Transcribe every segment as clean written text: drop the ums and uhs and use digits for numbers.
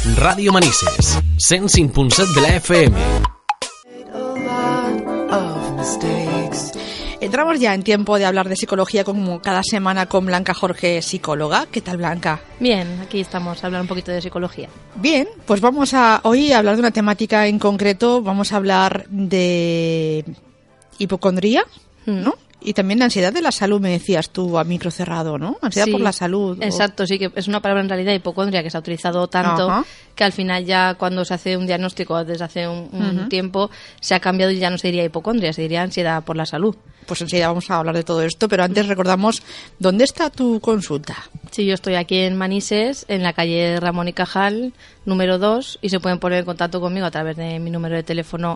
Ràdio Manises, 105.7 de la FM. Entramos ya en tiempo de hablar de psicología como cada semana con Blanca Jorge, psicóloga. ¿Qué tal, Blanca? Bien, aquí estamos a hablar un poquito de psicología. Bien, pues vamos a hoy hablar de una temática en concreto. Vamos a hablar de hipocondría, ¿no? Y también la ansiedad de la salud, me decías tú, a micro cerrado, ¿no? Ansiedad por la salud. Exacto, sí, que es una palabra en realidad, hipocondria, que se ha utilizado tanto que al final ya cuando se hace un diagnóstico desde hace un tiempo se ha cambiado y ya no se diría hipocondria, se diría ansiedad por la salud. Pues enseguida vamos a hablar de todo esto, pero antes recordamos, ¿dónde está tu consulta? Sí, yo estoy aquí en Manises, en la calle Ramón y Cajal, número 2, y se pueden poner en contacto conmigo a través de mi número de teléfono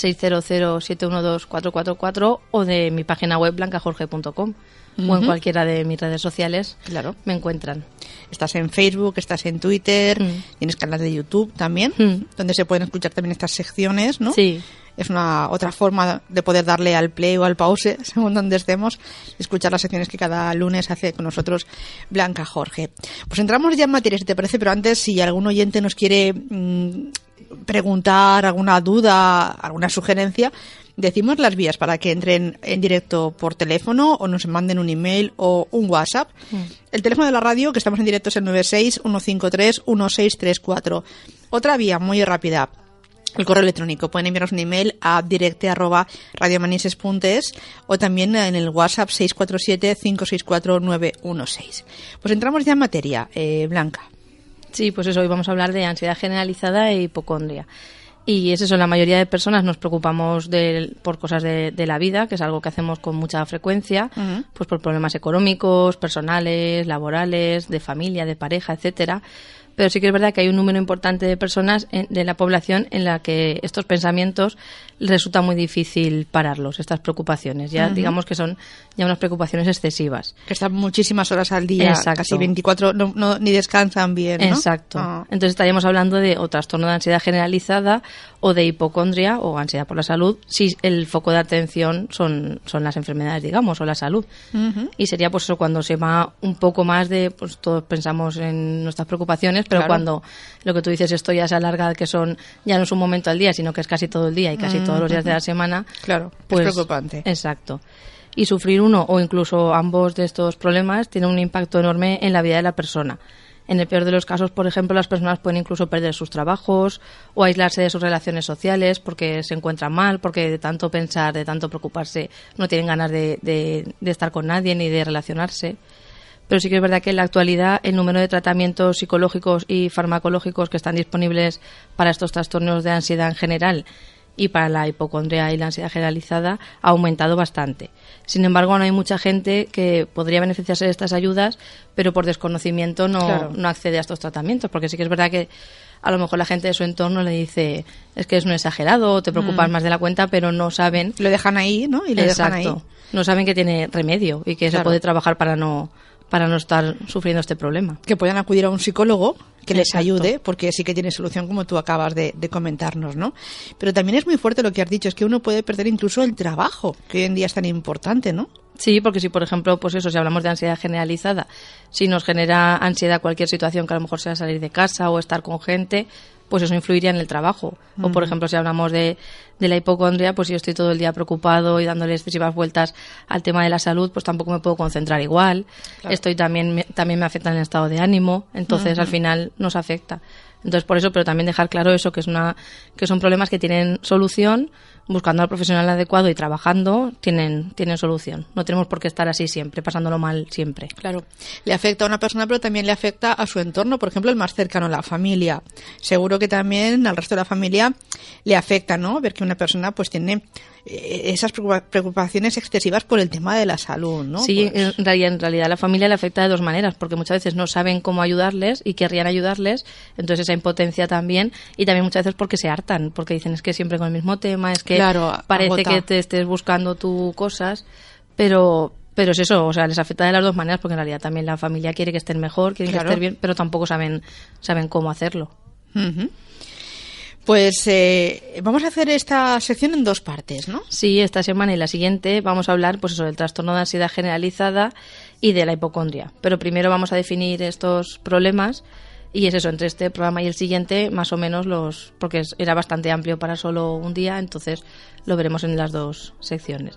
600-712-444 o de mi página web blancajorge.com o en cualquiera de mis redes sociales. Claro, me encuentran. Estás en Facebook, estás en Twitter, tienes canal de YouTube también, donde se pueden escuchar también estas secciones, ¿no? Sí. Es una otra forma de poder darle al play o al pause, según donde estemos, escuchar las secciones que cada lunes hace con nosotros Blanca Jorge. Pues entramos ya en materia, si te parece, pero antes, si algún oyente nos quiere preguntar alguna duda, alguna sugerencia, decimos las vías para que entren en directo por teléfono o nos manden un email o un WhatsApp. El teléfono de la radio, que estamos en directo, es el 96-153-1634. Otra vía muy rápida, el correo electrónico. Pueden enviarnos un email a directe@radiomanises.es o también en el WhatsApp 647-564-916. Pues entramos ya en materia, Blanca. Sí, pues eso, hoy vamos a hablar de ansiedad generalizada e hipocondria. Y es eso, la mayoría de personas nos preocupamos por cosas de la vida, que es algo que hacemos con mucha frecuencia, pues por problemas económicos, personales, laborales, de familia, de pareja, etcétera. Pero sí que es verdad que hay un número importante de personas de la población en la que estos pensamientos resulta muy difícil pararlos, estas preocupaciones. Ya digamos que son ya unas preocupaciones excesivas. Que están muchísimas horas al día, casi 24, ni descansan bien, ¿no? Exacto. Entonces estaríamos hablando de o trastorno de ansiedad generalizada o de hipocondria o ansiedad por la salud, si el foco de atención son las enfermedades, digamos, o la salud. Y sería pues eso, cuando se va un poco más de, pues todos pensamos en nuestras preocupaciones, pero cuando lo que tú dices, esto ya se alarga, que ya no es un momento al día, sino que es casi todo el día y casi todos los días de la semana. Claro, pues, es preocupante. Exacto. Y sufrir uno o incluso ambos de estos problemas tiene un impacto enorme en la vida de la persona. En el peor de los casos, por ejemplo, las personas pueden incluso perder sus trabajos o aislarse de sus relaciones sociales porque se encuentran mal, porque de tanto pensar, de tanto preocuparse, no tienen ganas de estar con nadie ni de relacionarse. Pero sí que es verdad que en la actualidad el número de tratamientos psicológicos y farmacológicos que están disponibles para estos trastornos de ansiedad en general y para la hipocondria y la ansiedad generalizada ha aumentado bastante. Sin embargo, no hay mucha gente que podría beneficiarse de estas ayudas, pero por desconocimiento no accede a estos tratamientos, porque sí que es verdad que a lo mejor la gente de su entorno le dice es que es un exagerado o te preocupas más de la cuenta, pero no saben. Lo dejan ahí, ¿no? Y lo dejan ahí. No saben que tiene remedio y que se puede trabajar para no estar sufriendo este problema. Que puedan acudir a un psicólogo que les ayude, porque sí que tiene solución, como tú acabas de comentarnos, ¿no? Pero también es muy fuerte lo que has dicho, es que uno puede perder incluso el trabajo, que hoy en día es tan importante, ¿no? Sí, porque si, por ejemplo, pues eso, si hablamos de ansiedad generalizada, si nos genera ansiedad cualquier situación que a lo mejor sea salir de casa o estar con gente, pues eso influiría en el trabajo. O, por ejemplo, si hablamos de la hipocondria, pues si yo estoy todo el día preocupado y dándole excesivas vueltas al tema de la salud, pues tampoco me puedo concentrar igual. Claro. También me afecta en el estado de ánimo, entonces al final nos afecta. Entonces, por eso, pero también dejar claro eso, que son problemas que tienen solución, buscando al profesional adecuado y trabajando, tienen solución. No tenemos por qué estar así siempre, pasándolo mal siempre. Claro. Le afecta a una persona, pero también le afecta a su entorno, por ejemplo, el más cercano, la familia. Seguro que también al resto de la familia le afecta, ¿no? Ver que una persona pues tiene esas preocupaciones excesivas por el tema de la salud, ¿no? Sí, pues en realidad a la familia le afecta de dos maneras, porque muchas veces no saben cómo ayudarles y querrían ayudarles, entonces esa impotencia también, y también muchas veces porque se hartan, porque dicen es que siempre con el mismo tema, es que parece agota, que te estés buscando tú cosas, pero es eso, o sea, les afecta de las dos maneras, porque en realidad también la familia quiere que estén mejor, quiere que estén bien, pero tampoco saben cómo hacerlo. Pues vamos a hacer esta sección en dos partes, ¿no? Sí, esta semana y la siguiente vamos a hablar pues eso, del trastorno de ansiedad generalizada y de la hipocondria. Pero primero vamos a definir estos problemas Y es eso, entre este programa y el siguiente, más o menos porque era bastante amplio para solo un día, entonces lo veremos en las dos secciones.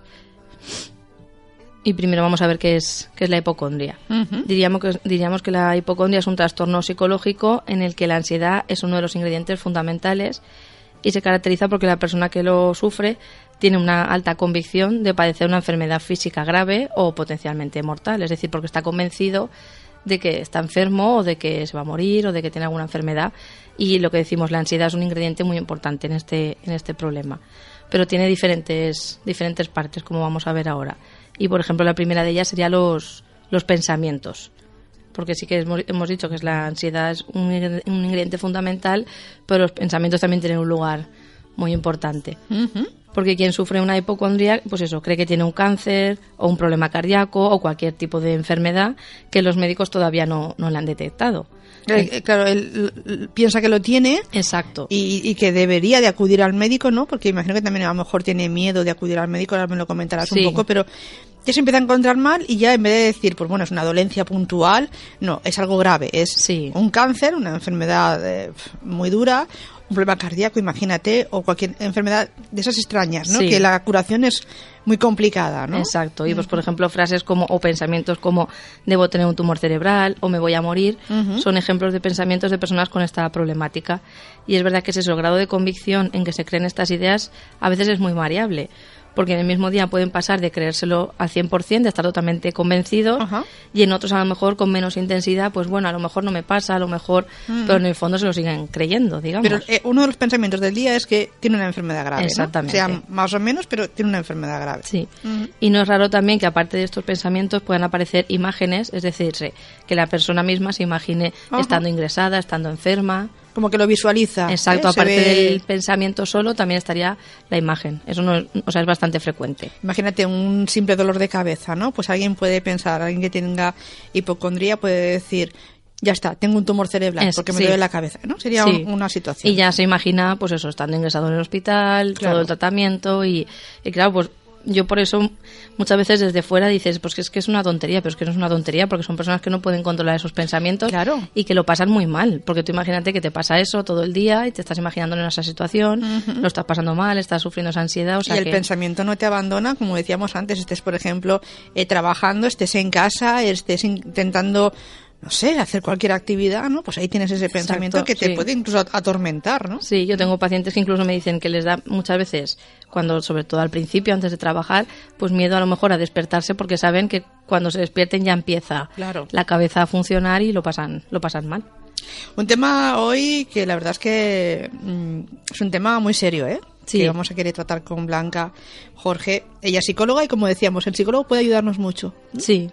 Y primero vamos a ver qué es la hipocondria. Uh-huh. Diríamos que la hipocondria es un trastorno psicológico en el que la ansiedad es uno de los ingredientes fundamentales y se caracteriza porque la persona que lo sufre tiene una alta convicción de padecer una enfermedad física grave o potencialmente mortal, es decir, porque está convencido de que está enfermo o de que se va a morir o de que tiene alguna enfermedad, y lo que decimos, la ansiedad es un ingrediente muy importante en este problema, pero tiene diferentes partes, como vamos a ver ahora. Y, por ejemplo, la primera de ellas sería los pensamientos, porque sí que hemos dicho que la ansiedad es un ingrediente fundamental, pero los pensamientos también tienen un lugar muy importante. Uh-huh. Porque quien sufre una hipocondria, pues eso, cree que tiene un cáncer o un problema cardíaco o cualquier tipo de enfermedad que los médicos todavía no la han detectado. Claro, él piensa que lo tiene. Exacto. Y que debería de acudir al médico, ¿no? Porque imagino que también a lo mejor tiene miedo de acudir al médico, ahora me lo comentarás un poco, pero ya se empieza a encontrar mal y ya en vez de decir, pues bueno, es una dolencia puntual, no, es algo grave, es un cáncer, una enfermedad muy dura, un problema cardíaco, imagínate, o cualquier enfermedad de esas extrañas, ¿no? Que la curación es muy complicada, ¿no? Exacto. Y pues, por ejemplo, frases como o pensamientos como debo tener un tumor cerebral o me voy a morir, son ejemplos de pensamientos de personas con esta problemática. Y es verdad que es eso, el grado de convicción en que se creen estas ideas a veces es muy variable, porque en el mismo día pueden pasar de creérselo al 100%, de estar totalmente convencidos, y en otros a lo mejor con menos intensidad, pues bueno, a lo mejor no me pasa, a lo mejor, pero en el fondo se lo siguen creyendo, digamos. Pero uno de los pensamientos del día es que tiene una enfermedad grave, exactamente, ¿no? Sea más o menos, pero tiene una enfermedad grave. Sí, y no es raro también que aparte de estos pensamientos puedan aparecer imágenes, es decir, que la persona misma se imagine estando ingresada, estando enferma. Como que lo visualiza. Exacto, aparte del pensamiento solo, también estaría la imagen. Eso no es, es bastante frecuente. Imagínate un simple dolor de cabeza, ¿no? Pues alguien puede pensar, alguien que tenga hipocondría puede decir, ya está, tengo un tumor cerebral porque me duele la cabeza, ¿no? Sería una situación. Y ya se imagina, pues eso, estando ingresado en el hospital, todo el tratamiento y claro, pues yo por eso muchas veces desde fuera dices, pues que es una tontería, pero es que no es una tontería, porque son personas que no pueden controlar esos pensamientos y que lo pasan muy mal, porque tú imagínate que te pasa eso todo el día y te estás imaginando en esa situación, lo estás pasando mal, estás sufriendo esa ansiedad, o sea, y el pensamiento no te abandona, como decíamos antes, estés por ejemplo trabajando, estés en casa, estés intentando, no sé, hacer cualquier actividad, ¿no? Pues ahí tienes ese pensamiento que te puede incluso atormentar, ¿no? Sí, yo tengo pacientes que incluso me dicen que les da muchas veces, cuando sobre todo al principio, antes de trabajar, pues miedo a lo mejor a despertarse porque saben que cuando se despierten ya empieza la cabeza a funcionar y lo pasan mal. Un tema hoy que la verdad es que es un tema muy serio, ¿eh? Sí. Que vamos a querer tratar con Blanca Jorge. Ella es psicóloga y, como decíamos, el psicólogo puede ayudarnos mucho. Sí.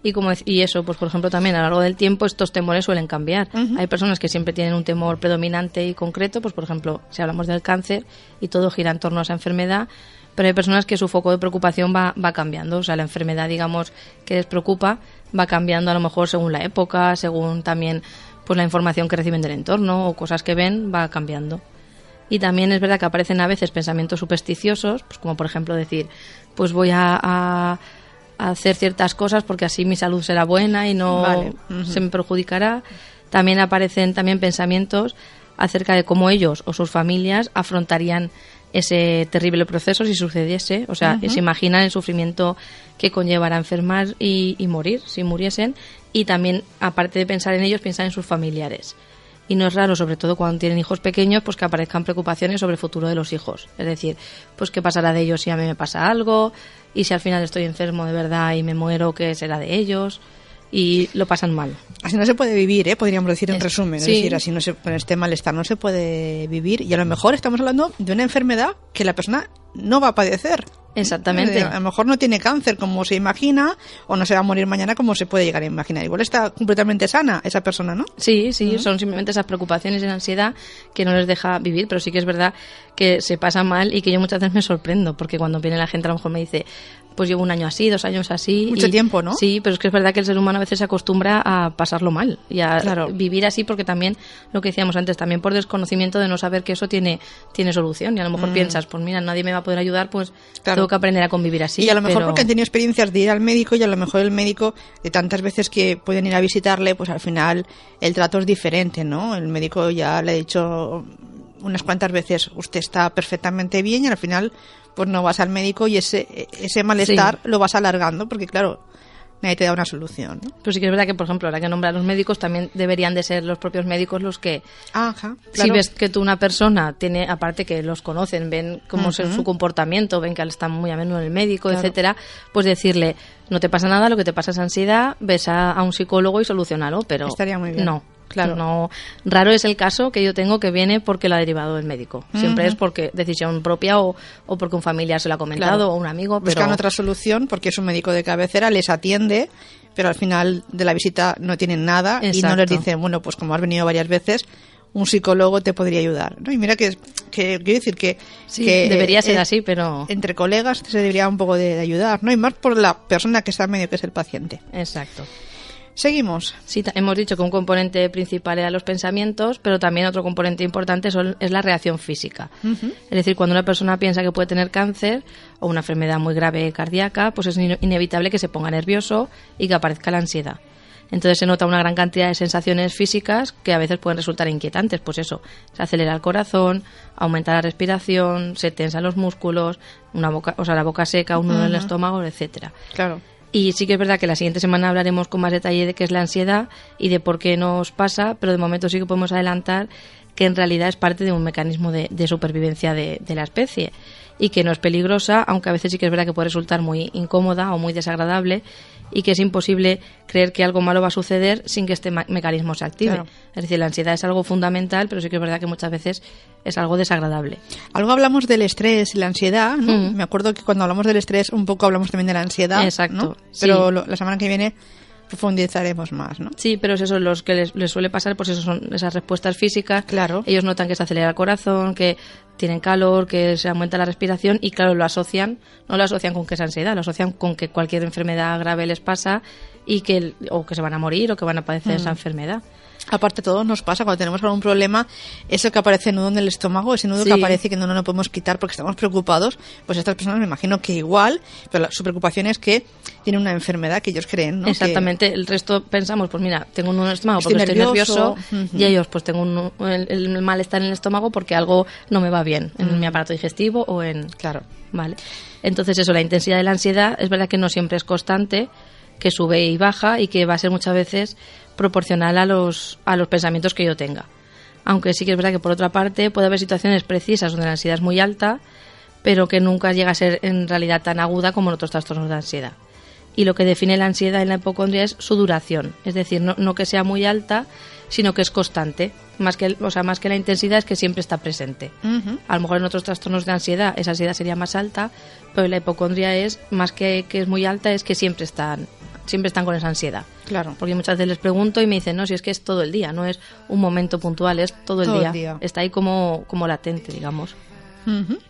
Y eso, pues por ejemplo, también a lo largo del tiempo estos temores suelen cambiar. Hay personas que siempre tienen un temor predominante y concreto, pues por ejemplo, si hablamos del cáncer y todo gira en torno a esa enfermedad, pero hay personas que su foco de preocupación va cambiando. O sea, la enfermedad, digamos, que les preocupa va cambiando a lo mejor según la época, según también pues la información que reciben del entorno o cosas que ven, va cambiando. Y también es verdad que aparecen a veces pensamientos supersticiosos, pues como por ejemplo decir, pues voy a hacer ciertas cosas porque así mi salud será buena y no se me perjudicará. También aparecen pensamientos acerca de cómo ellos o sus familias afrontarían ese terrible proceso si sucediese. O sea, se imaginan el sufrimiento que conllevará enfermar y morir, si muriesen. Y también, aparte de pensar en ellos, piensan en sus familiares. Y no es raro, sobre todo cuando tienen hijos pequeños, pues que aparezcan preocupaciones sobre el futuro de los hijos. Es decir, pues qué pasará de ellos si a mí me pasa algo, y si al final estoy enfermo de verdad y me muero, ¿qué será de ellos? Y lo pasan mal. Así no se puede vivir, podríamos decir en resumen. Sí. Es decir, así con este malestar no se puede vivir. Y a lo mejor estamos hablando de una enfermedad que la persona no va a padecer. Exactamente. A lo mejor no tiene cáncer como se imagina, o no se va a morir mañana como se puede llegar a imaginar. Igual está completamente sana esa persona, ¿no? Sí, son simplemente esas preocupaciones y la ansiedad que no les deja vivir, pero sí que es verdad que se pasa mal y que yo muchas veces me sorprendo, porque cuando viene la gente a lo mejor me dice, pues llevo 1 año así, 2 años así. Mucho tiempo, ¿no? Sí, pero es que es verdad que el ser humano a veces se acostumbra a pasarlo mal y a Claro. vivir así, porque también, lo que decíamos antes, también por desconocimiento de no saber que eso tiene solución, y a lo mejor piensas, pues mira, nadie me va a poder ayudar, pues Claro. tengo que aprender a convivir así. Y a lo mejor pero- porque han tenido experiencias de ir al médico, y a lo mejor el médico, de tantas veces que pueden ir a visitarle, pues al final el trato es diferente, ¿no? El médico ya le ha dicho unas cuantas veces, usted está perfectamente bien, y al final pues no vas al médico, y ese malestar lo vas alargando, porque claro, nadie te da una solución, ¿no? Pero sí que es verdad que, por ejemplo, ahora que nombrar a los médicos, también deberían de ser los propios médicos los que, Ajá, si claro. ves que tú una persona tiene, aparte que los conocen, ven cómo es su comportamiento, ven que está muy a menudo en el médico, Claro. etcétera, pues decirle, no te pasa nada, lo que te pasa es ansiedad, ves a un psicólogo y solucionalo, pero Estaría muy bien. no. Claro. No, raro es el caso que yo tengo que viene porque lo ha derivado el médico. Siempre es porque decisión propia o porque un familiar se lo ha comentado, Claro. o un amigo, Buscan pero otra solución porque es un médico de cabecera, les atiende, pero al final de la visita no tienen nada, y no Exacto. les dicen, bueno, pues como has venido varias veces, un psicólogo te podría ayudar, ¿no? Y mira que quiero decir que, sí, que debería ser así, pero entre colegas se debería un poco de ayudar, ¿no? Y más por la persona que está en medio, que es el paciente. exacto. Seguimos. Sí, hemos dicho que un componente principal era los pensamientos, pero también otro componente importante es la reacción física. Es decir, cuando una persona piensa que puede tener cáncer o una enfermedad muy grave cardíaca, pues es inevitable que se ponga nervioso y que aparezca la ansiedad. Entonces se nota una gran cantidad de sensaciones físicas que a veces pueden resultar inquietantes. Pues eso, se acelera el corazón, aumenta la respiración, se tensan los músculos, la boca seca, un nudo en el estómago, etcétera. Claro. Y sí que es verdad que la siguiente semana hablaremos con más detalle de qué es la ansiedad y de por qué nos pasa, pero de momento sí que podemos adelantar que en realidad es parte de un mecanismo de supervivencia de la especie y que no es peligrosa, aunque a veces sí que es verdad que puede resultar muy incómoda o muy desagradable, y que es imposible creer que algo malo va a suceder sin que este mecanismo se active. Claro. Es decir, la ansiedad es algo fundamental, pero sí que es verdad que muchas veces es algo desagradable. Algo hablamos del estrés y la ansiedad, ¿no? Mm. Me acuerdo que cuando hablamos del estrés un poco hablamos también de la ansiedad, Exacto, ¿no? sí. Pero la semana que viene profundizaremos más, ¿no? Sí, pero es eso, los que les suele pasar, pues eso son esas respuestas físicas. Claro. Ellos notan que se acelera el corazón, que tienen calor, que se aumenta la respiración, y claro, no lo asocian con que es ansiedad, lo asocian con que cualquier enfermedad grave les pasa o que se van a morir o que van a padecer esa enfermedad. Aparte, todo nos pasa cuando tenemos algún problema, eso que aparece nudo en el estómago, ese nudo Sí. que aparece que no lo podemos quitar porque estamos preocupados, pues estas personas me imagino que igual, pero su preocupación es que tienen una enfermedad que ellos creen, ¿no? Exactamente, el resto pensamos, pues mira, tengo un nudo en el estómago Estoy porque estoy nervioso, nervioso. y ellos, pues tengo el malestar en el estómago porque algo no me va bien en mi aparato digestivo o en... Claro. Vale. Entonces eso, la intensidad de la ansiedad es verdad que no siempre es constante, que sube y baja, y que va a ser muchas veces proporcional a los pensamientos que yo tenga. Aunque sí que es verdad que por otra parte puede haber situaciones precisas donde la ansiedad es muy alta, pero que nunca llega a ser en realidad tan aguda como en otros trastornos de ansiedad. Y lo que define la ansiedad en la hipocondria es su duración, es decir, no que sea muy alta, sino que es constante. Más que la intensidad, es que siempre está presente. Ujú. A lo mejor en otros trastornos de ansiedad esa ansiedad sería más alta, pero en la hipocondria es más que es muy alta, es que siempre están con esa ansiedad. Claro. Porque muchas veces les pregunto y me dicen, no, si es que es todo el día, no es un momento puntual, es todo el día. Está ahí como latente, digamos. Ujú.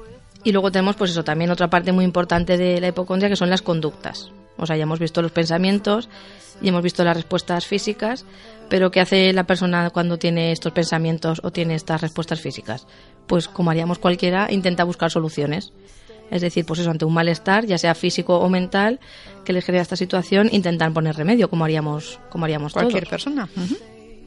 Y luego tenemos, pues eso, también otra parte muy importante de la hipocondria, que son las conductas. O sea, ya hemos visto los pensamientos y hemos visto las respuestas físicas, pero ¿qué hace la persona cuando tiene estos pensamientos o tiene estas respuestas físicas? Pues como haríamos cualquiera, intenta buscar soluciones. Es decir, pues eso, ante un malestar, ya sea físico o mental, que les genera esta situación, intentan poner remedio, como haríamos Cualquier todos. persona. Ujú.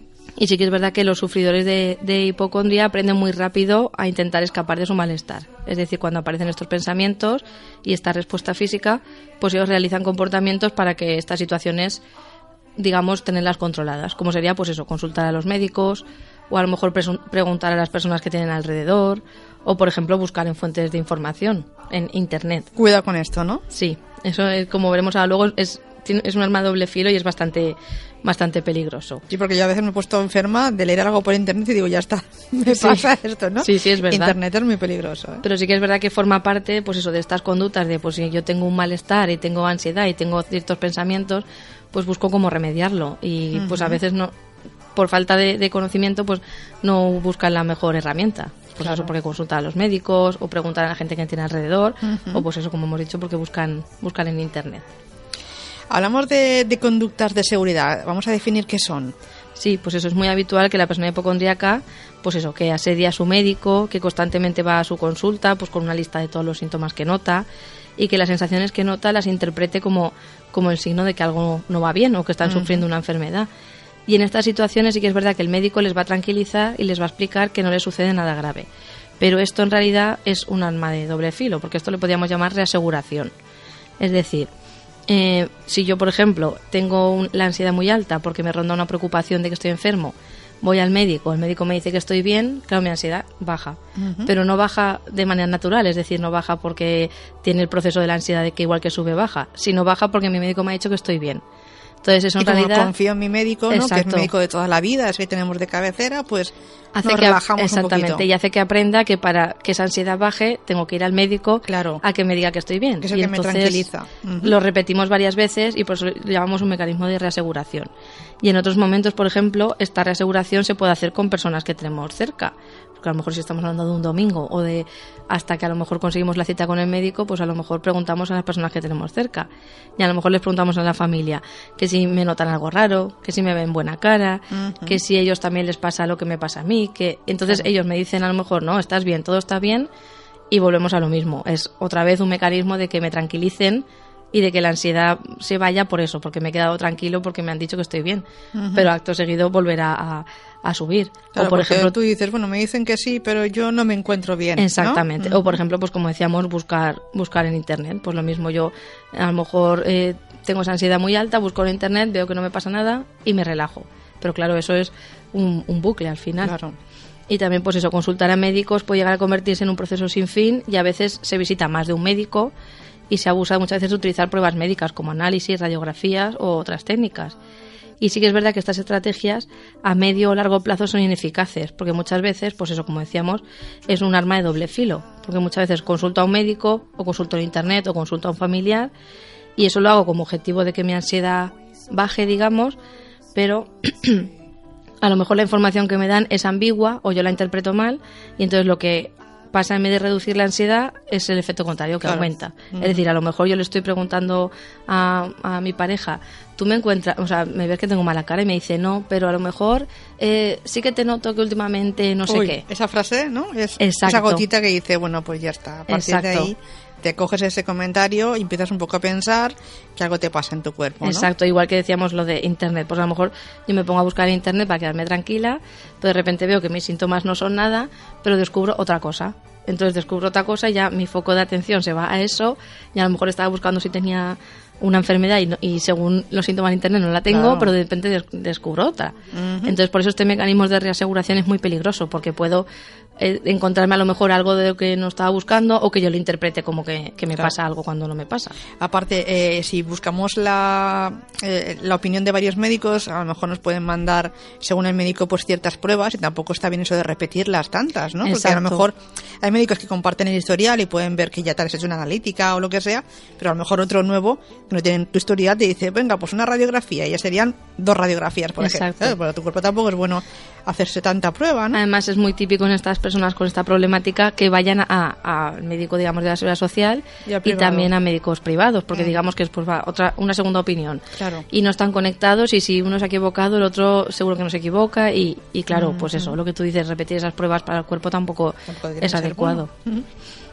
Y sí que es verdad que los sufridores de hipocondria aprenden muy rápido a intentar escapar de su malestar. Es decir, cuando aparecen estos pensamientos y esta respuesta física, pues ellos realizan comportamientos para que estas situaciones, digamos, tenerlas controladas. Como sería, pues eso, consultar a los médicos, o a lo mejor preguntar a las personas que tienen alrededor, o por ejemplo buscar en fuentes de información, en internet. Cuidado con esto, ¿no? Sí, eso es, como veremos ahora luego, es un arma de doble filo y es bastante peligroso. Sí, porque yo a veces me he puesto enferma de leer algo por internet y digo, ya está, me pasa esto, ¿no? Sí, es verdad. Internet es muy peligroso, ¿eh? Pero sí que es verdad que forma parte, pues eso, de estas conductas de, pues si yo tengo un malestar y tengo ansiedad y tengo ciertos pensamientos, pues busco cómo remediarlo. Y pues a veces no, por falta de conocimiento, pues no buscan la mejor herramienta. pues Claro. eso, porque consultan a los médicos o preguntan a la gente que tiene alrededor, o pues eso, como hemos dicho, porque buscan en internet. Hablamos de conductas de seguridad. Vamos a definir qué son. Sí, pues eso es muy habitual que la persona hipocondríaca, pues eso, que asedia a su médico, que constantemente va a su consulta, pues con una lista de todos los síntomas que nota, y que las sensaciones que nota las interprete como el signo de que algo no va bien o que están sufriendo una enfermedad. Y en estas situaciones sí que es verdad que el médico les va a tranquilizar y les va a explicar que no les sucede nada grave. Pero esto en realidad es un arma de doble filo, porque esto le podríamos llamar reaseguración. Es decir, si yo, por ejemplo, tengo la ansiedad muy alta porque me ronda una preocupación de que estoy enfermo, voy al médico, el médico me dice que estoy bien, claro, mi ansiedad baja. Pero no baja de manera natural, es decir, no baja porque tiene el proceso de la ansiedad de que igual que sube, baja, sino baja porque mi médico me ha dicho que estoy bien. Entonces eso en y como realidad confío en mi médico, ¿no? Exacto. Que es mi médico de toda la vida, es que tenemos de cabecera, pues hace nos que relajamos exactamente, un poquito. y hace que aprenda que para que esa ansiedad baje tengo que ir al médico Claro. a que me diga que estoy bien. Que es el Y que me entonces tranquiliza. lo repetimos varias veces y por eso lo llamamos un mecanismo de reaseguración. Y en otros momentos, por ejemplo, esta reaseguración se puede hacer con personas que tenemos cerca. Porque a lo mejor si estamos hablando de un domingo o de hasta que a lo mejor conseguimos la cita con el médico, pues a lo mejor preguntamos a las personas que tenemos cerca. Y a lo mejor les preguntamos a la familia que si me notan algo raro, que si me ven buena cara, que si a ellos también les pasa lo que me pasa a mí, que entonces ellos me dicen a lo mejor, no, estás bien, todo está bien, y volvemos a lo mismo. Es otra vez un mecanismo de que me tranquilicen y de que la ansiedad se vaya por eso, porque me he quedado tranquilo porque me han dicho que estoy bien, pero acto seguido volverá a subir. Claro, o por porque ejemplo, tú dices, bueno, me dicen que sí, pero yo no me encuentro bien, ¿no? exactamente. O por ejemplo, pues como decíamos, buscar en internet. Pues lo mismo, yo a lo mejor tengo esa ansiedad muy alta, busco en internet, veo que no me pasa nada y me relajo. Pero claro, eso es un bucle al final. Claro. Y también, pues eso, consultar a médicos puede llegar a convertirse en un proceso sin fin y a veces se visita más de un médico y se abusa muchas veces de utilizar pruebas médicas como análisis, radiografías o otras técnicas. Y sí que es verdad que estas estrategias a medio o largo plazo son ineficaces, porque muchas veces, pues eso, como decíamos, es un arma de doble filo, porque muchas veces consulto a un médico o consulto en internet o consulto a un familiar y eso lo hago como objetivo de que mi ansiedad baje, digamos, pero a lo mejor la información que me dan es ambigua o yo la interpreto mal y entonces lo que pasa en vez de reducir la ansiedad es el efecto contrario, que Claro. aumenta. Es decir, a lo mejor yo le estoy preguntando a mi pareja, tú me encuentras, o sea, me ves que tengo mala cara y me dice no, pero a lo mejor sí que te noto que últimamente no sé Uy, qué. esa frase, ¿no? Es Exacto. esa gotita que dice, bueno, pues ya está. A partir de Exacto. ahí te coges ese comentario y empiezas un poco a pensar que algo te pasa en tu cuerpo, ¿no? Exacto, igual que decíamos lo de internet, pues a lo mejor yo me pongo a buscar en internet para quedarme tranquila, pero de repente veo que mis síntomas no son nada, pero descubro otra cosa. Entonces descubro otra cosa y ya mi foco de atención se va a eso y a lo mejor estaba buscando si tenía una enfermedad y según los síntomas de internet no la tengo, Claro. pero de repente descubro otra. Entonces por eso este mecanismo de reaseguración es muy peligroso, porque puedo encontrarme a lo mejor algo de lo que no estaba buscando o que yo lo interprete como que me Claro. pasa algo cuando no me pasa. Aparte, si buscamos la opinión de varios médicos, a lo mejor nos pueden mandar, según el médico, pues ciertas pruebas y tampoco está bien eso de repetirlas tantas, ¿no? Porque a lo Exacto. mejor hay médicos que comparten el historial y pueden ver que ya te has hecho una analítica o lo que sea, pero a lo mejor otro nuevo que no tiene tu historial te dice, venga, pues una radiografía y ya serían 2 radiografías, por ejemplo. Exacto. Para tu cuerpo tampoco es bueno hacerse tanta prueba, ¿no? Además es muy típico en estas personas con esta problemática que vayan al médico, digamos, de la seguridad social Y al y privado. también a médicos privados, porque digamos que es pues, una segunda opinión. Claro. Y no están conectados y si uno se ha equivocado, el otro seguro que no se equivoca y claro, pues eso, lo que tú dices, repetir esas pruebas para el cuerpo tampoco Podría es ser adecuado. bueno.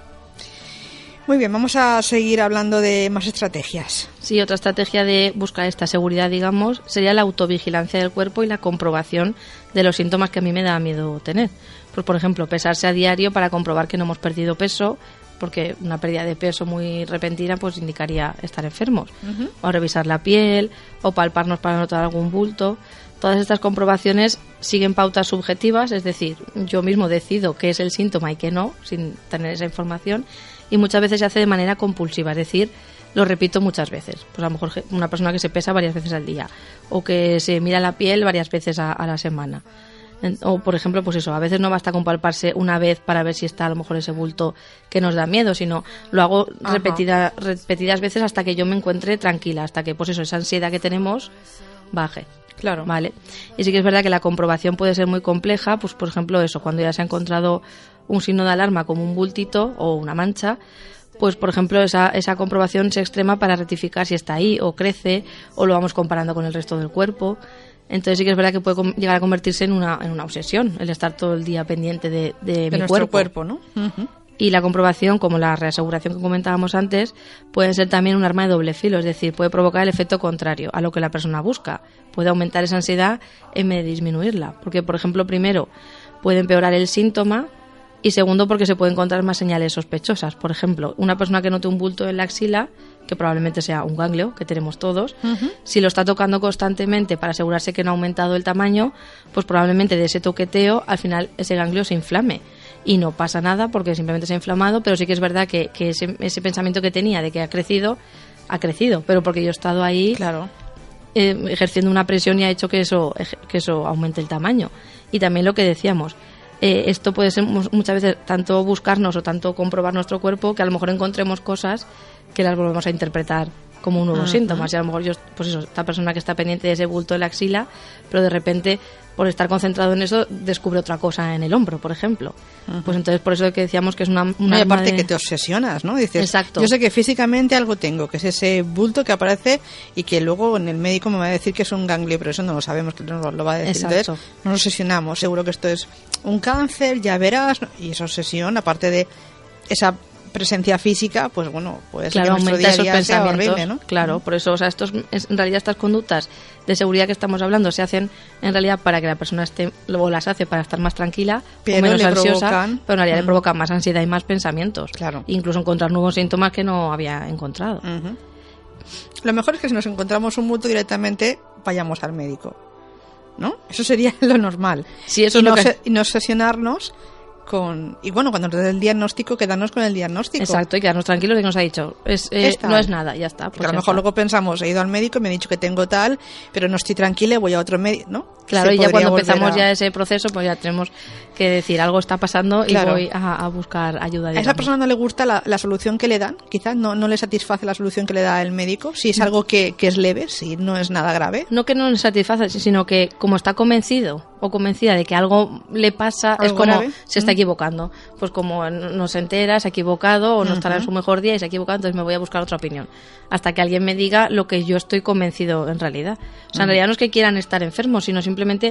Muy bien, vamos a seguir hablando de más estrategias. Sí, otra estrategia de buscar esta seguridad, digamos, sería la autovigilancia del cuerpo y la comprobación de los síntomas que a mí me da miedo tener. Pues, por ejemplo, pesarse a diario para comprobar que no hemos perdido peso, porque una pérdida de peso muy repentina pues indicaría estar enfermos. O revisar la piel, o palparnos para notar algún bulto. Todas estas comprobaciones siguen pautas subjetivas, es decir, yo mismo decido qué es el síntoma y qué no, sin tener esa información, y muchas veces se hace de manera compulsiva, es decir, lo repito muchas veces. Pues a lo mejor una persona que se pesa varias veces al día, o que se mira la piel varias veces a la semana. O, por ejemplo, pues eso, a veces no basta con palparse una vez para ver si está a lo mejor ese bulto que nos da miedo, sino lo hago repetidas veces hasta que yo me encuentre tranquila, hasta que, pues eso, esa ansiedad que tenemos baje. Claro. Vale. Y sí que es verdad que la comprobación puede ser muy compleja, pues por ejemplo eso, cuando ya se ha encontrado un signo de alarma como un bultito o una mancha, pues por ejemplo esa comprobación se extrema para rectificar si está ahí o crece o lo vamos comparando con el resto del cuerpo. Entonces sí que es verdad que puede llegar a convertirse en una obsesión el estar todo el día pendiente de mi nuestro cuerpo, ¿no? Uh-huh. Y la comprobación, como la reaseguración que comentábamos antes, puede ser también un arma de doble filo, es decir, puede provocar el efecto contrario a lo que la persona busca. Puede aumentar esa ansiedad en vez de disminuirla, porque por ejemplo, primero, puede empeorar el síntoma y segundo, porque se pueden encontrar más señales sospechosas. Por ejemplo, una persona que note un bulto en la axila, que probablemente sea un ganglio, que tenemos todos, si lo está tocando constantemente para asegurarse que no ha aumentado el tamaño, pues probablemente de ese toqueteo al final ese ganglio se inflame. Y no pasa nada porque simplemente se ha inflamado, pero sí que es verdad que ese pensamiento que tenía de que ha crecido, pero porque yo he estado ahí claro. Ejerciendo una presión y ha hecho que eso aumente el tamaño. Y también lo que decíamos, esto puede ser muchas veces tanto buscarnos o tanto comprobar nuestro cuerpo que a lo mejor encontremos cosas que las volvemos a interpretar como un nuevo síntoma. Y a lo mejor esta persona que está pendiente de ese bulto de la axila, pero de repente por estar concentrado en eso descubre otra cosa en el hombro, por ejemplo. Pues entonces por eso que decíamos que es una y aparte que te obsesionas, ¿no? Dices, exacto. Yo sé que físicamente algo tengo, que es ese bulto que aparece y que luego en el médico me va a decir que es un ganglio, pero eso no lo sabemos, que no lo va a decir. Exacto. Entonces nos obsesionamos, seguro que esto es un cáncer, ya verás, y esa obsesión, aparte de esa presencia física, pues bueno, puede ser que nuestro día a día sea horrible, ¿no? Claro, por eso, o sea, en realidad estas conductas de seguridad que estamos hablando se hacen en realidad para que la persona esté, luego las hace para estar más tranquila pero o menos ansiosa, provocan, pero en realidad le provocan más ansiedad y más pensamientos. Claro. Incluso encontrar nuevos síntomas que no había encontrado. Lo mejor es que si nos encontramos un bulto directamente vayamos al médico, ¿no? Eso sería lo normal. Sí, eso es lo que... Y no obsesionarnos y bueno, cuando nos dé el diagnóstico, quedarnos con el diagnóstico. Exacto, y quedarnos tranquilos de que nos ha dicho no es nada, ya está. Pues porque a lo mejor luego pensamos, he ido al médico, me ha dicho que tengo tal, pero no estoy tranquila, voy a otro médico, ¿no? Claro, y ya cuando empezamos ya ese proceso, pues ya tenemos que decir algo está pasando y voy a buscar ayuda. A esa persona no le gusta la solución que le dan, quizás no le satisface la solución que le da el médico, si es algo que es leve, si no es nada grave. No que no le satisface, sino que como está convencido o convencida de que algo le pasa, es como grave? Se está equivocando. Pues como no se entera, se ha equivocado o no estará en su mejor día y se ha equivocado, entonces me voy a buscar otra opinión. Hasta que alguien me diga lo que yo estoy convencido en realidad. O sea, en realidad no es que quieran estar enfermos, sino simplemente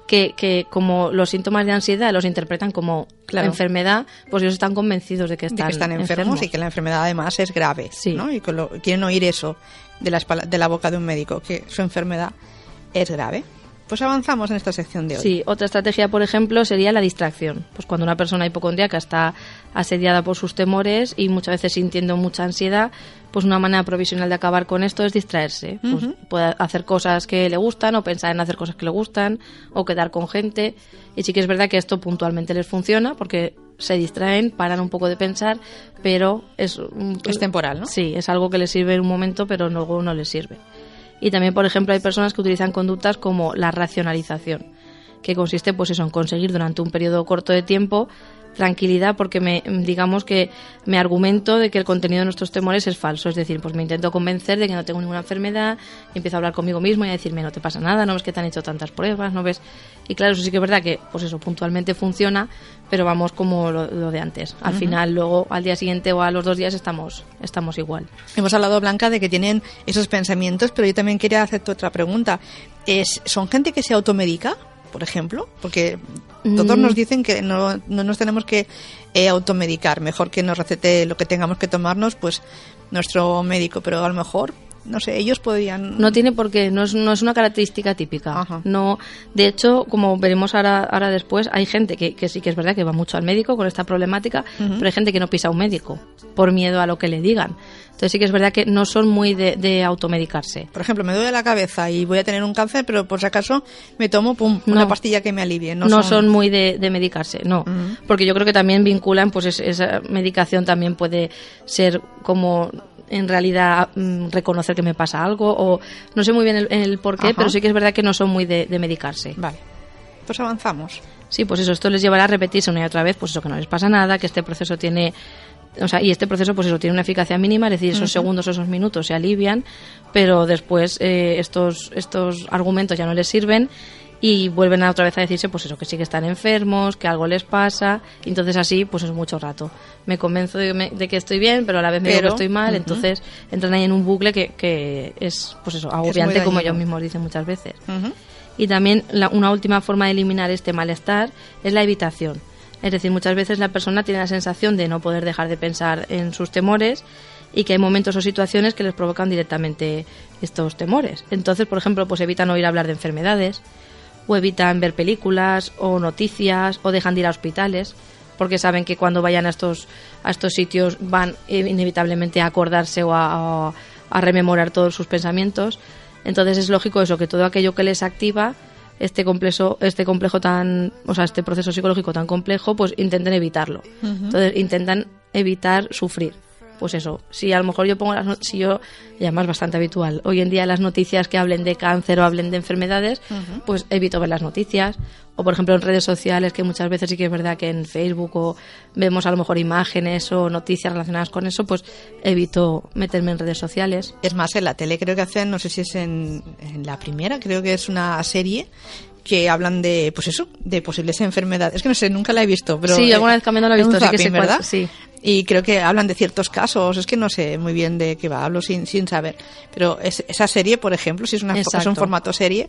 que como los síntomas de ansiedad los interpretan como enfermedad, pues ellos están convencidos de que están enfermos y que la enfermedad además es grave, ¿no? Y quieren oír eso de la boca de un médico, que su enfermedad es grave. Pues avanzamos en esta sección de hoy. Sí, otra estrategia, por ejemplo, sería la distracción. Pues cuando una persona hipocondríaca está asediada por sus temores y muchas veces sintiendo mucha ansiedad, pues una manera provisional de acabar con esto es distraerse. Pues puede hacer cosas que le gustan o pensar en hacer cosas que le gustan o quedar con gente. Y sí que es verdad que esto puntualmente les funciona porque se distraen, paran un poco de pensar, pero es temporal, ¿no? Sí, es algo que les sirve en un momento, pero luego no les sirve. Y también, por ejemplo, hay personas que utilizan conductas como la racionalización, que consiste pues eso, en conseguir durante un periodo corto de tiempo tranquilidad porque digamos que me argumento de que el contenido de nuestros temores es falso, es decir, pues me intento convencer de que no tengo ninguna enfermedad y empiezo a hablar conmigo mismo y a decirme no te pasa nada, no ves que te han hecho tantas pruebas, no ves, y claro, eso sí que es verdad que pues eso puntualmente funciona, pero vamos como lo de antes, al final luego al día siguiente o a los 2 días estamos igual. Hemos hablado, Blanca, de que tienen esos pensamientos, pero yo también quería hacerte otra pregunta. ¿Son gente que se automedica, por ejemplo? Porque todos nos dicen que no nos tenemos que automedicar, mejor que nos recete lo que tengamos que tomarnos pues nuestro médico, pero a lo mejor, no sé, ellos podrían... No tiene por qué, no es una característica típica. Ajá. No, de hecho, como veremos ahora después, hay gente que sí que es verdad que va mucho al médico con esta problemática, pero hay gente que no pisa a un médico por miedo a lo que le digan. Entonces sí que es verdad que no son muy de automedicarse. Por ejemplo, me duele la cabeza y voy a tener un cáncer, pero por si acaso me tomo una pastilla que me alivie. No son muy de medicarse, no. Porque yo creo que también vinculan, pues esa medicación también puede ser como en realidad reconocer que me pasa algo o no sé muy bien el por qué, pero sí que es verdad que no son muy de medicarse. Vale, pues avanzamos. Sí, pues eso, esto les llevará a repetirse una y otra vez, pues eso, que no les pasa nada, que este proceso tiene... O sea, y este proceso, pues eso, tiene una eficacia mínima, es decir, esos segundos, esos minutos se alivian, pero después estos argumentos ya no les sirven y vuelven a otra vez a decirse pues eso, que sí que están enfermos, que algo les pasa, y entonces así pues es mucho rato. Me convenzo de que estoy bien, pero a la vez me digo que estoy mal, entonces entran ahí en un bucle que es pues eso, agobiante, como ellos mismos dicen muchas veces. Y también una última forma de eliminar este malestar es la evitación. Es decir, muchas veces la persona tiene la sensación de no poder dejar de pensar en sus temores y que hay momentos o situaciones que les provocan directamente estos temores. Entonces, por ejemplo, pues evitan oír hablar de enfermedades, o evitan ver películas o noticias, o dejan de ir a hospitales, porque saben que cuando vayan a estos sitios van inevitablemente a acordarse o a rememorar todos sus pensamientos. Entonces es lógico eso, que todo aquello que les activa este proceso psicológico tan complejo, pues intenten evitarlo. Entonces intentan evitar sufrir. Pues eso, si a lo mejor yo pongo y además es bastante habitual hoy en día las noticias que hablen de cáncer o hablen de enfermedades, pues evito ver las noticias. O por ejemplo en redes sociales, que muchas veces sí que es verdad que en Facebook o vemos a lo mejor imágenes o noticias relacionadas con eso, pues evito meterme en redes sociales. Es más, en la tele creo que hacen, no sé si es en la primera, creo que es una serie que hablan de, pues eso, de posibles enfermedades. Es que no sé, nunca la he visto, pero sí, alguna vez también no la he visto, zapping, sí que sé ¿verdad? Sí. Y creo que hablan de ciertos casos, es que no sé muy bien de qué va, hablo sin saber. Pero esa serie, por ejemplo, si es es un formato serie,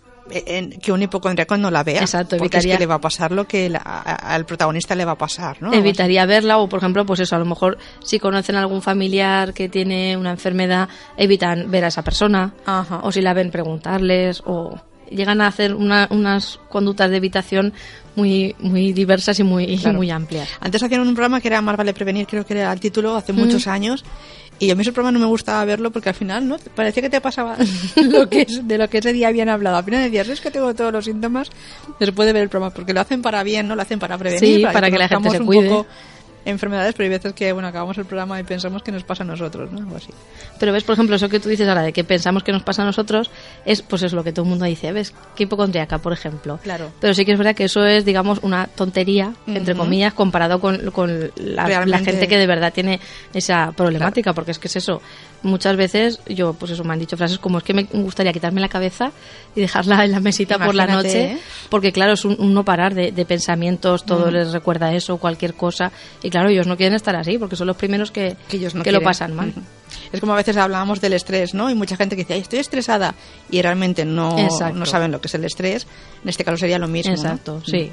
que un hipocondríaco no la vea. Exacto, porque es que le va a pasar lo que al protagonista le va a pasar, ¿no? Evitaría verla, o por ejemplo, pues eso, a lo mejor si conocen a algún familiar que tiene una enfermedad, evitan ver a esa persona. Ajá. O si la ven, preguntarles, o llegan a hacer unas conductas de evitación muy muy diversas y muy amplias. Antes hacían un programa que era Más vale prevenir, creo que era el título, hace muchos años, y a mí ese programa no me gustaba verlo porque al final no parecía que te pasaba de lo que ese día habían hablado. Al final decías, es que tengo todos los síntomas después de ver el programa, porque lo hacen para bien, ¿no? Lo hacen para prevenir, sí, para que la gente se un cuide. Poco enfermedades, pero hay veces que acabamos el programa y pensamos que nos pasa a nosotros, ¿no? Algo así. Pero ves, por ejemplo, eso que tú dices ahora de que pensamos que nos pasa a nosotros, es lo que todo el mundo dice, ¿ves? Qué hipocondríaca, por ejemplo. Claro. Pero sí que es verdad que eso es, digamos, una tontería, entre comillas, comparado con la gente que de verdad tiene esa problemática, porque es que es eso. Muchas veces me han dicho frases como, es que me gustaría quitarme la cabeza y dejarla en la mesita por la noche, porque claro, es un no parar de pensamientos, todo les recuerda eso, cualquier cosa, y claro, ellos no quieren estar así, porque son los primeros que lo pasan mal. Es como a veces hablábamos del estrés, ¿no? Y mucha gente que dice, ay, estoy estresada, y realmente no saben lo que es el estrés. En este caso sería lo mismo. Exacto, ¿no? sí.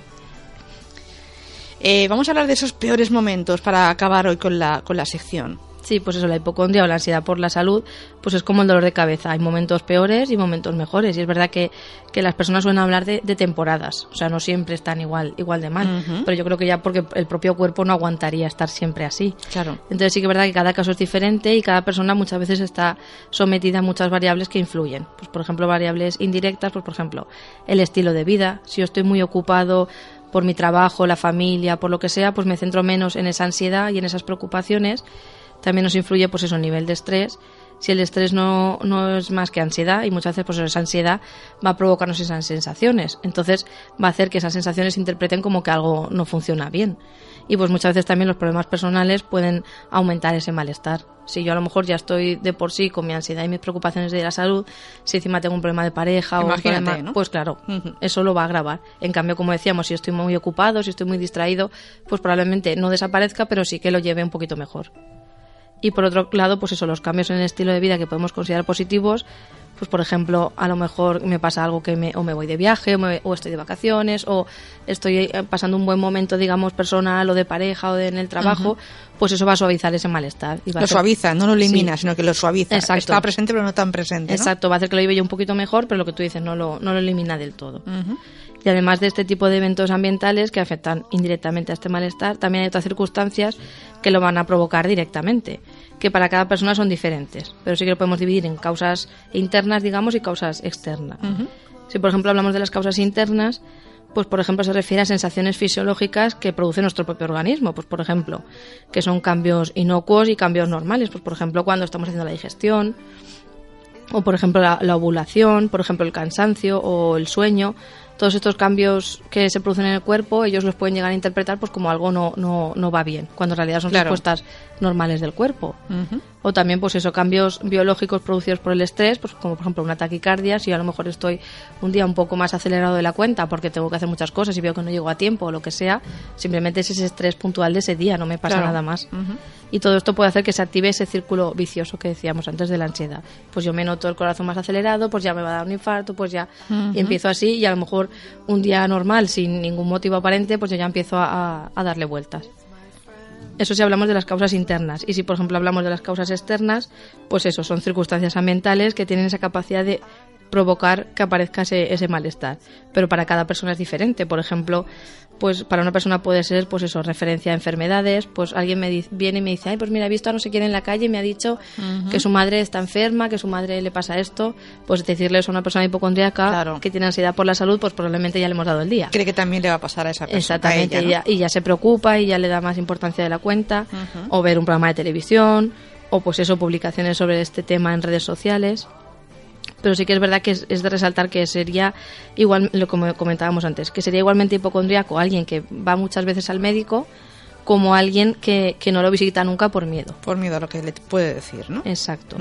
Vamos a hablar de esos peores momentos para acabar hoy con la sección. Sí, pues eso, la hipocondria o la ansiedad por la salud, pues es como el dolor de cabeza. Hay momentos peores y momentos mejores. Y es verdad que las personas suelen hablar de temporadas. O sea, no siempre están igual de mal. Pero yo creo que ya porque el propio cuerpo no aguantaría estar siempre así. Claro. Entonces sí que es verdad que cada caso es diferente y cada persona muchas veces está sometida a muchas variables que influyen. Pues por ejemplo, variables indirectas, pues por ejemplo, el estilo de vida. Si yo estoy muy ocupado por mi trabajo, la familia, por lo que sea, pues me centro menos en esa ansiedad y en esas preocupaciones. También nos influye pues eso, el nivel de estrés. Si el estrés no es más que ansiedad, y muchas veces pues esa ansiedad va a provocarnos esas sensaciones, entonces va a hacer que esas sensaciones se interpreten como que algo no funciona bien. Y pues muchas veces también los problemas personales pueden aumentar ese malestar. Si yo a lo mejor ya estoy de por sí con mi ansiedad y mis preocupaciones de la salud, si encima tengo un problema de pareja, imagínate, o un problema, ¿no? Pues claro, eso lo va a agravar. En cambio, como decíamos, si estoy muy ocupado, si estoy muy distraído, pues probablemente no desaparezca, pero sí que lo lleve un poquito mejor. Y por otro lado, pues eso, los cambios en el estilo de vida que podemos considerar positivos, pues por ejemplo, a lo mejor me pasa algo que o me voy de viaje, o estoy de vacaciones, o estoy pasando un buen momento, digamos, personal o de pareja o en el trabajo, pues eso va a suavizar ese malestar. Y suaviza, no lo elimina, sino que lo suaviza. Exacto. Está presente pero no tan presente, ¿no? Exacto, va a hacer que lo lleve yo un poquito mejor, pero lo que tú dices no lo elimina del todo. Y además de este tipo de eventos ambientales que afectan indirectamente a este malestar, también hay otras circunstancias que lo van a provocar directamente, que para cada persona son diferentes, pero sí que lo podemos dividir en causas internas, digamos, y causas externas. Si, por ejemplo, hablamos de las causas internas, pues, por ejemplo, se refiere a sensaciones fisiológicas que produce nuestro propio organismo, pues, por ejemplo, que son cambios inocuos y cambios normales, pues, por ejemplo, cuando estamos haciendo la digestión, o, por ejemplo, la ovulación, por ejemplo, el cansancio o el sueño. Todos estos cambios que se producen en el cuerpo, ellos los pueden llegar a interpretar pues como algo no va bien, cuando en realidad son respuestas normales del cuerpo. O también, pues eso, cambios biológicos producidos por el estrés, pues como por ejemplo una taquicardia. Si yo a lo mejor estoy un día un poco más acelerado de la cuenta porque tengo que hacer muchas cosas y veo que no llego a tiempo o lo que sea, simplemente es ese estrés puntual de ese día, no me pasa nada más. Y todo esto puede hacer que se active ese círculo vicioso que decíamos antes de la ansiedad. Pues yo me noto el corazón más acelerado, pues ya me va a dar un infarto, pues ya y empiezo así, y a lo mejor un día normal sin ningún motivo aparente, pues yo ya empiezo a darle vueltas. Eso si hablamos de las causas internas. Y si, por ejemplo, hablamos de las causas externas, pues eso, son circunstancias ambientales que tienen esa capacidad de provocar que aparezca ese malestar. Pero para cada persona es diferente. Por ejemplo, pues para una persona puede ser, pues eso, referencia a enfermedades. Pues alguien viene y me dice, ay, pues mira, he visto a no sé quién en la calle y me ha dicho que su madre está enferma, que su madre le pasa esto. Pues decirle eso a una persona hipocondríaca que tiene ansiedad por la salud, pues probablemente ya le hemos dado el día. Cree que también le va a pasar a esa persona. Exactamente, a ella, ¿no? y ya se preocupa y ya le da más importancia de la cuenta. O ver un programa de televisión, o pues eso, publicaciones sobre este tema en redes sociales. Pero sí que es verdad que es de resaltar que sería igual, lo como comentábamos antes, que sería igualmente hipocondríaco alguien que va muchas veces al médico como alguien que no lo visita nunca por miedo. Por miedo a lo que le puede decir, ¿no? Exacto.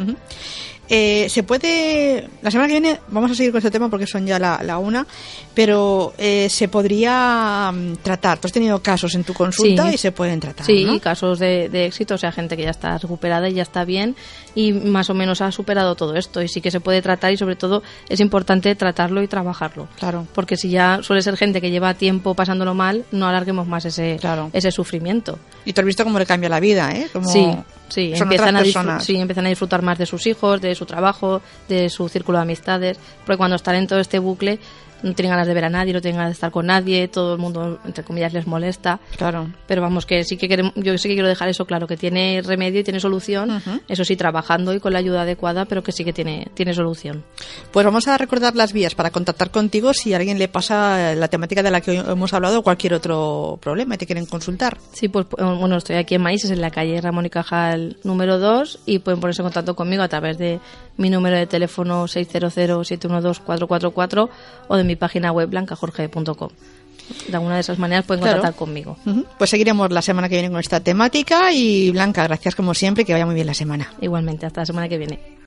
Se puede... La semana que viene vamos a seguir con este tema porque son ya la 1, pero se podría tratar. Tú has tenido casos en tu consulta y se pueden tratar, sí, ¿no? casos de éxito, o sea, gente que ya está recuperada y ya está bien y más o menos ha superado todo esto, y sí que se puede tratar, y sobre todo es importante tratarlo y trabajarlo. Claro. Porque si ya suele ser gente que lleva tiempo pasándolo mal, no alarguemos más ese sufrimiento. Y tú has visto cómo le cambia la vida, ¿eh? Como Sí, son empiezan otras a disfrutar más de sus hijos, de su trabajo, de su círculo de amistades, porque cuando están en todo este bucle no tienen ganas de ver a nadie, no tienen ganas de estar con nadie, todo el mundo, entre comillas, les molesta. Claro. Pero vamos, que sí que yo sí que quiero dejar eso claro, que tiene remedio y tiene solución, eso sí, trabajando y con la ayuda adecuada, pero que sí que tiene solución. Pues vamos a recordar las vías para contactar contigo si a alguien le pasa la temática de la que hoy hemos hablado o cualquier otro problema y te quieren consultar. Sí, pues bueno, estoy aquí en Manises, en la calle Ramón y Cajal número 2, y pueden ponerse en contacto conmigo a través de mi número de teléfono 600-712-444 o de mi página web blancajorge.com. De alguna de esas maneras pueden contactar conmigo. Pues seguiremos la semana que viene con esta temática, y Blanca, gracias como siempre, que vaya muy bien la semana. Igualmente, hasta la semana que viene.